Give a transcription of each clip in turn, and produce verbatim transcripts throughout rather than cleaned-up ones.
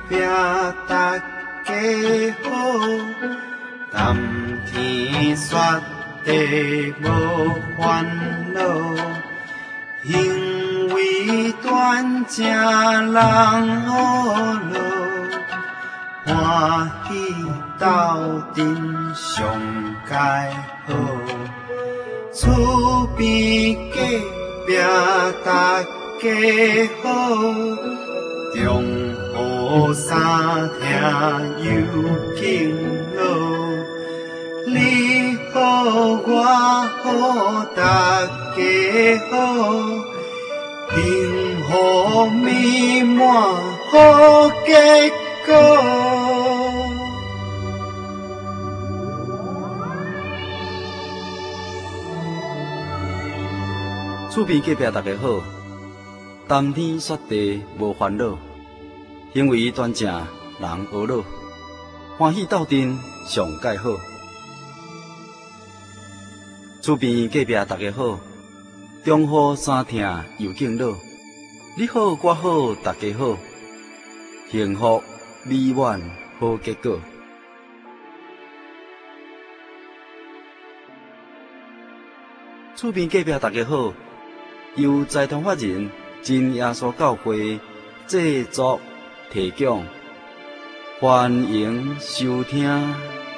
壁大家好，谈天说地无烦恼，行为端正人好路，欢喜斗阵上佳好，厝边隔壁大家好，中好三听又敬老。你好我好大家好，幸福美满好结果。厝边隔壁大家好，谈天说地无烦恼，行为端正人学老，欢喜斗阵上佳好。厝边隔壁大家好，中好三听又敬老，你好我好大家好，幸福美满好结果。厝边隔壁大家好，由财团法人真耶稣教会制作提供，欢迎收听。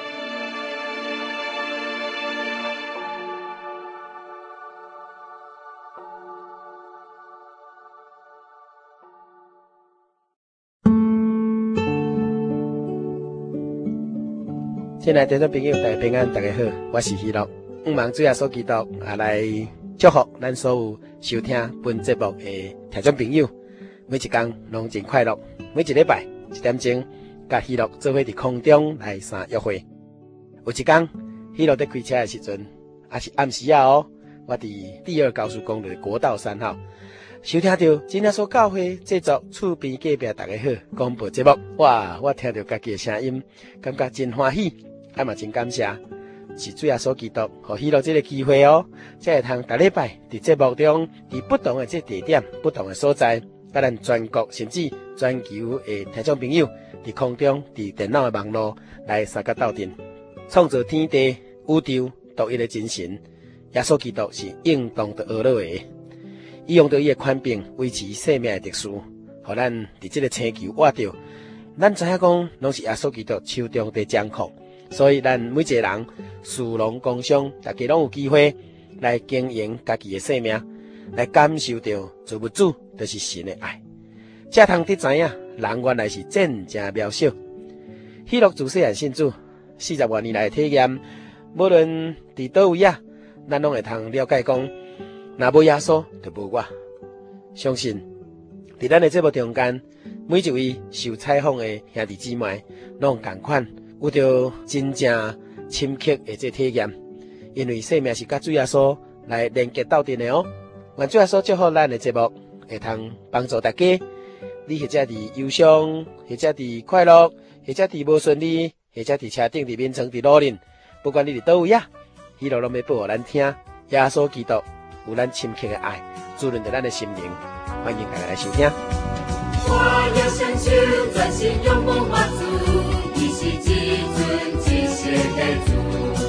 亲爱的听众朋友，大家平安，大家好，我是希乐。毋忘主耶稣基督也来祝福咱所有收听本节目的听众朋友，每一天拢真快乐。每一礼拜一点钟，甲希乐做伙伫空中来相约会。有一天，希乐伫开车的时阵，也是暗时啊哦，我伫第二高速公路的国道三号，收听到真耶稣教会制作厝边隔壁大家好广播节目，哇！我听到家己的声音，感觉真欢喜。也嘛真感谢，是主耶稣基督，互希乐这个机会哦，才会通逐礼拜伫节目中，伫不同的这地点、不同的所在，甲咱全国甚至全球的听众朋友，伫空中、伫电脑的网络来相甲斗阵，创造天地宇宙独一的真神。耶稣基督是应当的学老的，伊用到伊的权柄维持生命的特殊，互咱伫这个星球活着。咱知影讲，拢是耶稣基督手中的掌控。所以，咱每一个人事农工商，大家拢有机会来经营家己的生命，来感受到造物主就是神的爱。才通得知影，人原来是真正渺小。希乐自细汉信主，四十多年来的体验，无论伫倒位啊，咱拢会通了解讲，若无耶稣就无我。相信伫咱的节目中间，每一位受采访的兄弟姊妹，拢同款。有着真正深刻的这体验，因为生命是甲主耶稣来连接斗阵的哦。愿主耶稣祝福咱的节目，会通帮助大家。你或者伫忧伤，或者伫快乐，或者伫无顺利，或者伫车顶伫眠床伫路忍，不管你伫倒位啊，希乐拢要报互咱听。耶稣基督有咱深刻的爱，滋润着咱的心灵。欢迎大家来收听。 我要相信，专心仰望我主，伊是至尊至圣的主，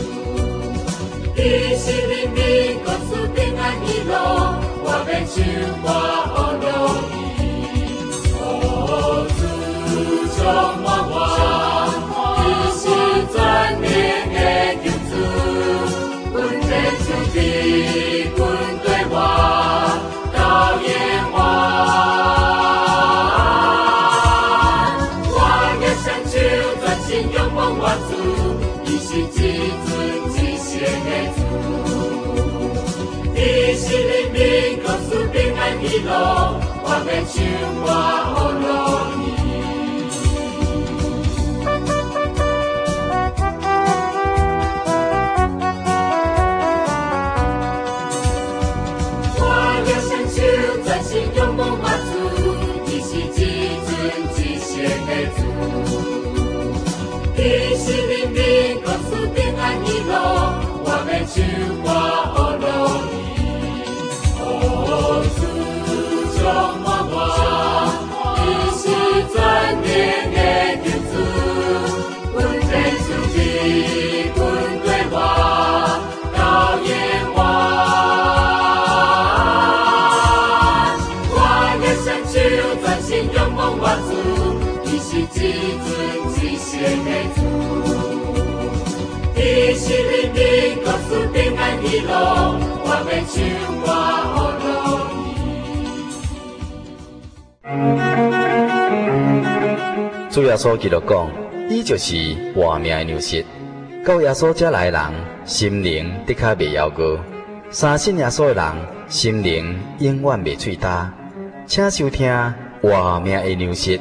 伊是灵命，告诉平安喜乐，我免唱歌学乐意，哦主将我我，伊是全能的救主，阮天主的阮对我到夜晚。仰望我主，伊是至尊至圣的主，伊是灵命，告诉平安喜乐，我免唱歌学乐意。我要双手专心仰望我主，伊是至尊至圣的主。伊是灵命，告诉平安喜乐，我免唱歌学乐意。哦，主将我我，伊是全能的。 是只尊一生的主。伊是恁经告诉平安喜乐，我们唱歌学乐意。主耶稣基督讲，伊就是活命的粮食。到耶稣这来的人，心灵的确袂夭糕。相信耶稣的人，心灵永远袂脆焦。请收听活命的粮食。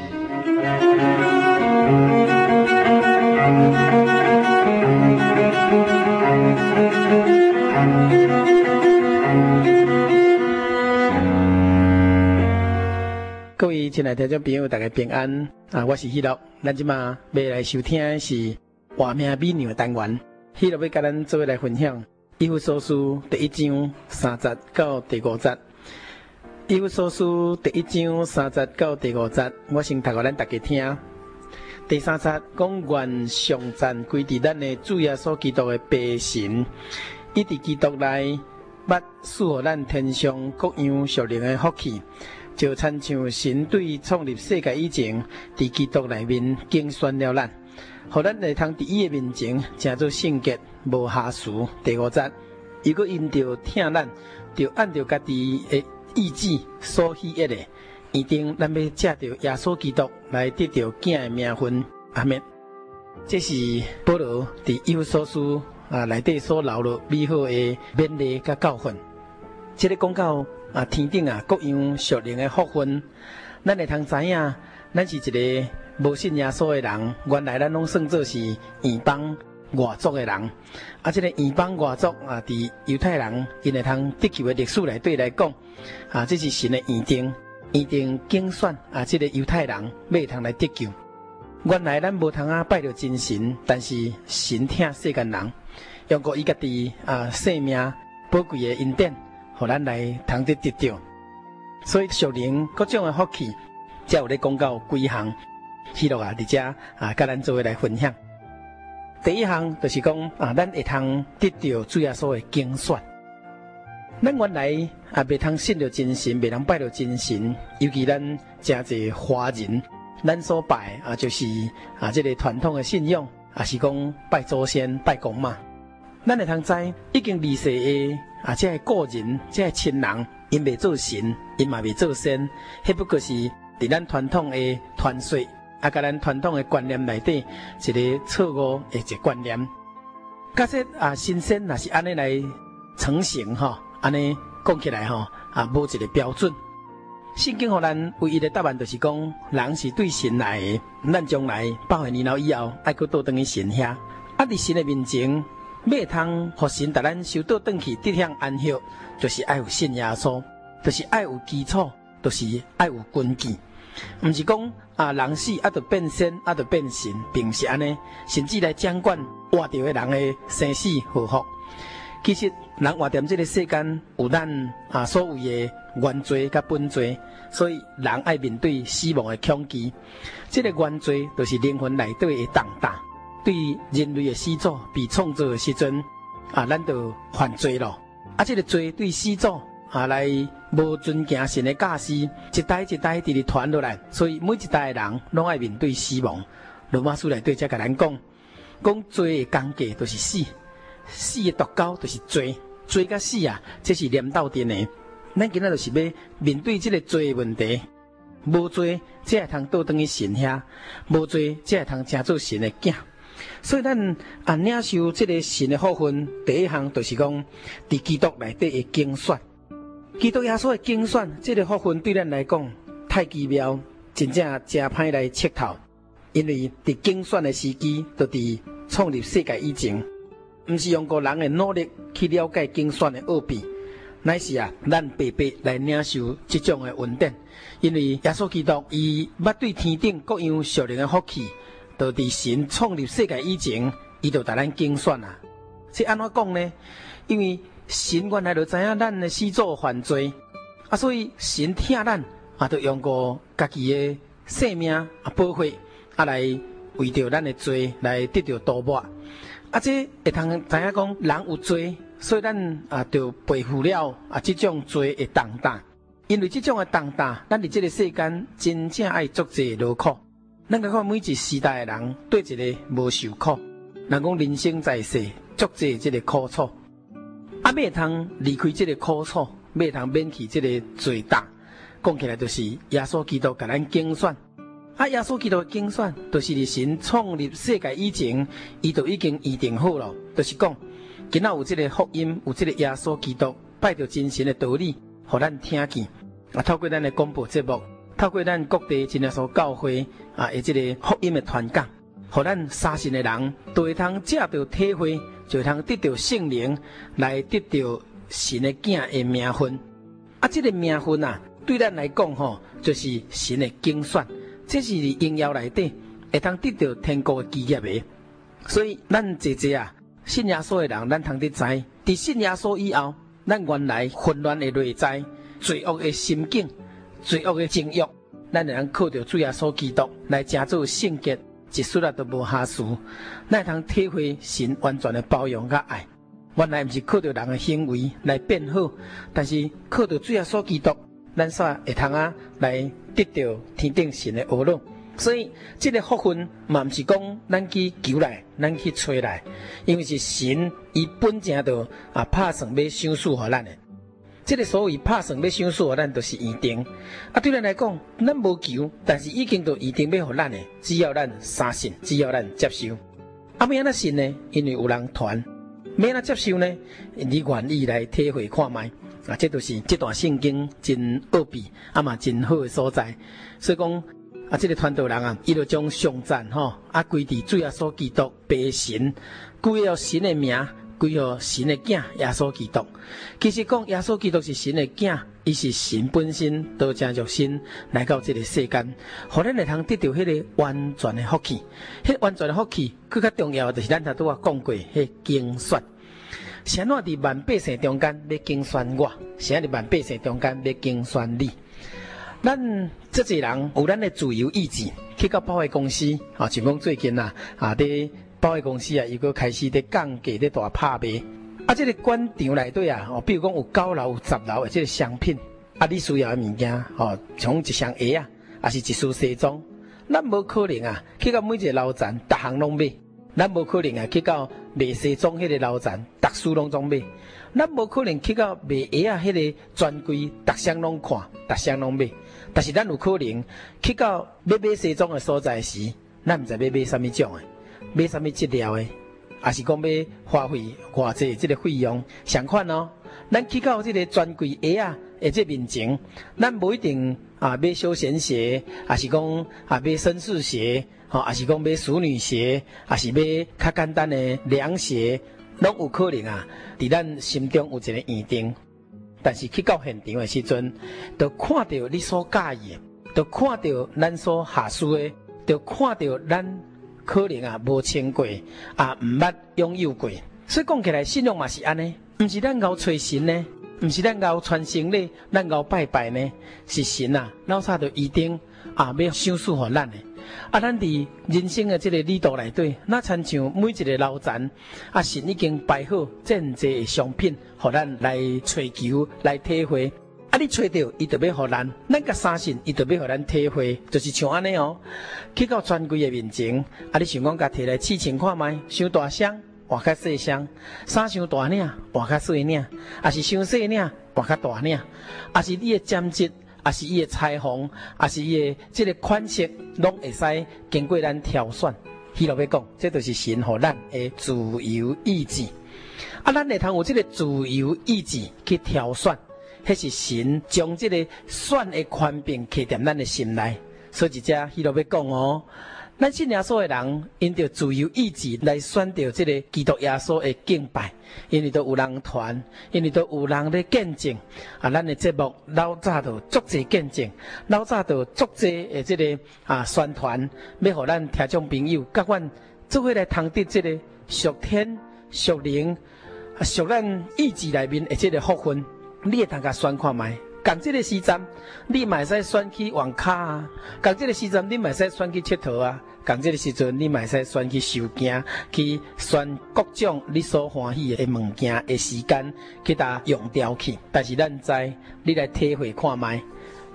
各位亲爱的听众朋友，大家平安啊！我是喜乐，咱即马要来收听的是活命美娘的单元。喜乐要甲咱做伙来分享《以弗所书》第一章三节到第五节。《以弗所书》第一章三节到第五节，我先读给咱大家听。第三节讲愿上赞归伫咱的主耶稣基督的白神，伊伫基督内捌赐予咱天上各样属灵的福气。就亲像神对创立世界以前，伫基督内面竞选了咱，互咱会通伫伊的面前，成做圣洁无瑕疵。第五节，如果因着疼咱，就按照家己的意志所喜悦的，一定咱要借着耶稣基督来得到囝的名分。阿们。这是保罗伫以弗所书啊内底所留落美好的勉励甲教训。这个讲到啊，天顶啊，各样属灵的福分，咱会通知影，咱是一个无信耶稣的人。原来咱拢算作是异邦外族的人。啊，这个异邦外族啊，伫犹太人因会通得救的历史内底来讲，啊，这是神的预定，预定竞选啊，这个犹太人要会通来得救。原来咱无通啊拜着真神，但是神疼世间人，用过伊家己啊性命宝贵的恩典。互咱来通得得到，所以属灵各种的福气，才有咧讲到几项。喜乐啊，伫遮啊，甲咱做伙来分享。第一项就是讲啊，咱会通得到主耶稣的拣选。咱原来啊，袂通信着真神，袂通拜着真神，尤其咱真侪华人，咱所拜啊，就是啊，这个传统的信仰，也是讲拜祖先、拜公嘛。咱会通知，已经离世的啊，这个个人、这个亲人，因未做神，因嘛未做仙，迄不过是伫咱传统的传说，啊，甲咱传统的观念内底一个错误的一个观念。假设啊，神仙若是安尼来成形吼，安尼讲起来吼，啊，无一个标准。圣经互咱唯一的答案就是讲，人是对神来的，咱将来百岁年后以后，爱搁倒转去神遐，啊，伫神的面前。要通互神带咱收倒转去，得享安息，就是爱有信耶稣，就是爱有基础，就是爱有根基。毋是讲啊，人死啊，就变仙啊，就变神，并是安尼，甚至来掌管活着的人的生死祸福。其实人活踮这个世间，有咱啊所有的原罪甲本罪，所以人爱面对死亡的恐惧。这个原罪就是灵魂内底的重担。对人类的始祖被创造的时阵，啊，咱就犯罪咯。啊，这个罪对始祖啊来无尊敬神的教示，一代一代直直传落来，所以每一代的人拢爱面对死亡。罗马书内底才甲咱讲，讲罪的工价就是死，死的毒钩就是罪，罪甲死啊，这是连斗阵的。咱今仔就是要面对这个罪的问题。无罪才会通倒转去神遐，无罪才会通成做神的囝。所以咱啊领受这个神的福分，第一项就是讲，伫基督内底的拣选，基督耶稣的拣选，这个福分对咱来讲太奇妙，真正真歹来切透。因为伫拣选的时机，就伫创立世界以前，毋是用个人的努力去了解拣选的奥秘，乃是啊咱白白来领受这种的恩典。因为耶稣基督伊捌对天顶各样属灵的福气。就伫神创立世界以前，伊就带咱拣选啊。这安怎讲呢？因为神原来就知影咱的始祖犯罪，啊，所以神疼咱，啊，就用过家己的性命啊保护，啊来为着咱的罪来得到度抹。啊，这会通知影讲人有罪，所以咱啊就背负了啊这种罪的重担。因为这种的重担，咱伫这个世间真正爱足济劳苦。 咱来看每一个时代的人对一个无受苦，人讲人生在世，足济这个苦楚，啊，要通离开这个苦楚，要通免去这个罪担，讲起来就是耶稣基督给咱拣选。啊，耶稣基督的拣选，就是伫神创立世界以前，伊就已经预定好了。就是讲，今仔有这个福音，有这个耶稣基督，拜着真神的道理，互咱听见。啊，透过咱的广播节目，透过咱各地真耶稣教会啊，的这个福音的传讲，互咱相信的人，都会通借着体会，就会通得到圣灵，来得到神的囝的名分。啊，这个名分啊，对咱来讲吼，就是神的拣选。这是伫应邀内底会通得到天国的基业的，所以咱姐姐啊，信耶稣的人，咱通得知，伫信耶稣以后，咱原来混乱的内在、罪恶的心境、罪恶的情欲，咱会通靠着主耶稣基督来成就圣洁，一丝啊都无瑕疵。咱会通体会神完全的包容甲爱。原来毋是靠着人的行为来变好，但是靠着主耶稣基督。咱煞会通啊来得到天顶神的恩乐，所以这个福分嘛毋是讲咱去求来，咱去找来，因为是神伊本正就啊拍算要赏赐互咱的。这个所谓拍算要赏赐互咱，就是预定。啊，对咱来讲，咱无求，但是已经都预定要互咱的，只要咱相信，只要咱接受。啊，要安怎信呢？因为有人传，要安怎接受呢？你愿意来体会看卖。啊，这都是这段圣经真奥秘，啊嘛真好的所在。所以讲，啊，这个传道人啊，伊就将上赞吼，啊归伫主耶稣基督白神，归了神的名，归了神的囝耶稣基督。其实讲耶稣基督是神的囝，伊是神本身，都正着神来到这个世间，互咱会通得到迄个完全的福气。迄个完全的福气，更较重要的就是咱头拄啊讲过，迄拣选。谁怎伫万百姓中间要拣选我？谁伫万百姓中间要拣选你？咱这些人有咱的自由意志，去到保险公司啊，像讲最近啊，啊，伫保险公司啊，伊个开始伫降价伫大拍卖。啊，这个馆场内底啊，哦，比如讲有九楼、有十楼的这个商品，啊，你需要的物件，哦，像一双鞋啊，还是一束西装，咱无可能啊，去到每一个楼层，逐项拢买。咱无可能啊，去到卖西装迄个楼层，逐处拢总买；咱无可能去到卖鞋啊迄个专柜，逐项拢看，逐项拢买。但是咱有可能去到要买西装的所在时，咱毋知要买啥物种的，买啥物质料的，还是讲要花费偌济即个费用。相款哦，咱去到即个专柜鞋啊，或者面前，咱无一定啊买休闲鞋，还是讲啊买绅士鞋。吼，还是讲买淑女鞋，还是买较简单的凉鞋，拢有可能啊。伫咱心中有一个预定，但是去到现场的时阵，就看到你所介意的，就看到咱所下输的，就看到咱可能啊无穿过，啊毋捌拥有过。所以讲起来，信仰嘛是安尼，毋是咱熬找神呢，毋是咱熬传承呢，咱熬拜拜呢，是神啊，老早就预定啊要赏赐互咱的。啊，咱伫人生的这个旅途内底，那亲像每一个楼层，啊，神已经摆好真济的商品，互咱来追求、来体会。啊，你找到，伊就要互咱，咱甲相信，伊就要互咱体会，就是像安尼哦。去到专柜的面前，啊，你想讲甲摕来试穿看卖，伤大箱，换较细箱；衫伤大领，换较细领；啊是伤细领，换较大领；啊是你的针质。也是伊的裁缝，也是伊的这个款式，拢会使经过咱挑选。迄落要讲，这就是神互咱的自由意志。啊，咱会通有这个自由意志去挑选，迄是神将这个选的权柄摕在咱的心内。所以，这迄落要讲哦。咱信耶稣的人，因着自由意志来选择这个基督耶稣的敬拜，因为都有人传，因为都有人咧见证。啊，咱的节目老早就足济见证，老早就足济的这个啊宣传，要互咱听众朋友甲阮做伙来通得这个属天、属灵、啊属咱意志内面的这个福分，你会通甲选看卖。共这个时阵，你嘛会使选去网咖啊；共这个时阵，你嘛会使选去佚佗啊；共这个时阵，你嘛会使选去收件，去选各种你所欢喜的物件的时间，去搭用掉去。但是咱知，你来体会看卖，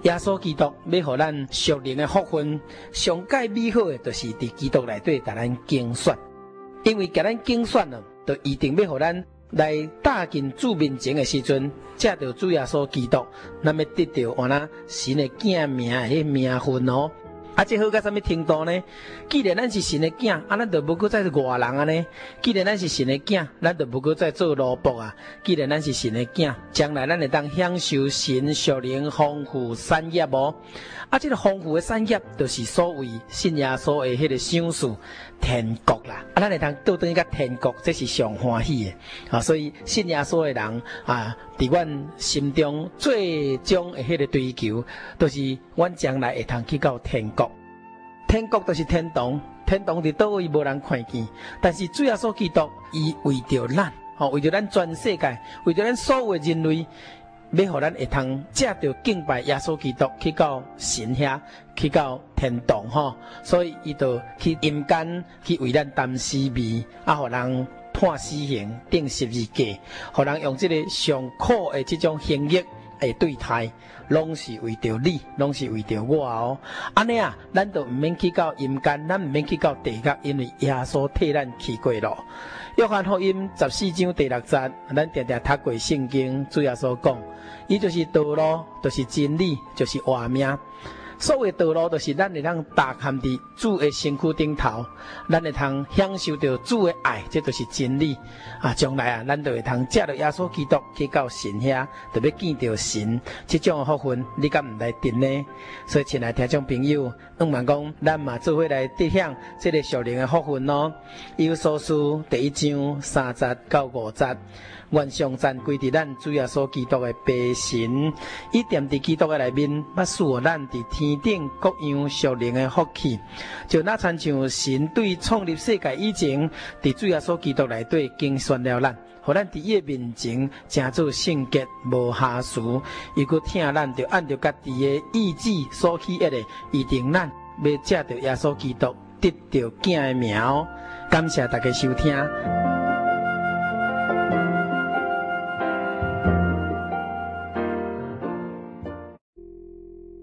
耶稣基督要互咱属灵的福分，上界美好的，就是伫基督内底，甲咱竞选。因为甲咱竞选了，就一定要互咱来踏进主面前的时阵，借着主耶稣基督，咱要得到我那神的子名的迄名分哦。啊，这好到什么程度呢？既然咱是神的囝，啊，咱就无搁再外人啊呢。既然咱是神的囝，咱就无搁再做奴仆啊。既然咱是神的囝，将来咱会当享受神属灵丰富产业无？啊，这个丰富的产业，就是所谓信耶稣的迄个赏赐天国啦。啊，咱会当倒转去甲天国，这是上欢喜的啊。所以信耶稣的人啊，伫阮心中最终的迄个追求，就是阮将来会当去到天国。天国就是天堂，天堂伫倒位无人看见，但是主耶稣基督伊为着咱，吼，为着咱全世界，为着咱所有的人类，要互咱会通借着敬拜耶稣基督去到神遐，去到天堂吼，所以伊就去阴间去为咱担死味，啊，互人判死刑、定十字架，互人用这个上苦的这种刑罚的对待。拢是为着你，拢是为着我哦。安尼啊，咱就毋免去到阴间，咱毋免去到地狱，因为耶稣替咱去过咯。约翰福音十四章第六节，咱常常读过圣经，主耶稣讲，伊就是道路，就是真理，就是活命。所谓道路，就是咱会通踏陷伫主的身躯顶头，咱会通享受到主的爱，这就是真理啊！将来啊，咱就会通借着耶稣基督去到神遐，就要见到神，这种的福分，你敢毋来得呢？所以，亲爱听众朋友，毋茫讲，咱嘛做伙来得享这个属灵的福分咯。以弗所书第一章三节到五节。愿上赞归伫咱主耶稣基督的白神，伊踮伫基督的内面，捌赐予咱伫天顶各样属灵的福气，就那亲像神对创立世界以前，伫主耶稣基督内底竞选了咱，互咱伫伊的面前成做圣洁无瑕疵，伊佫听咱着按照家己的意志所起的，预定咱要借着耶稣基督得到囝的名。感谢大家收听。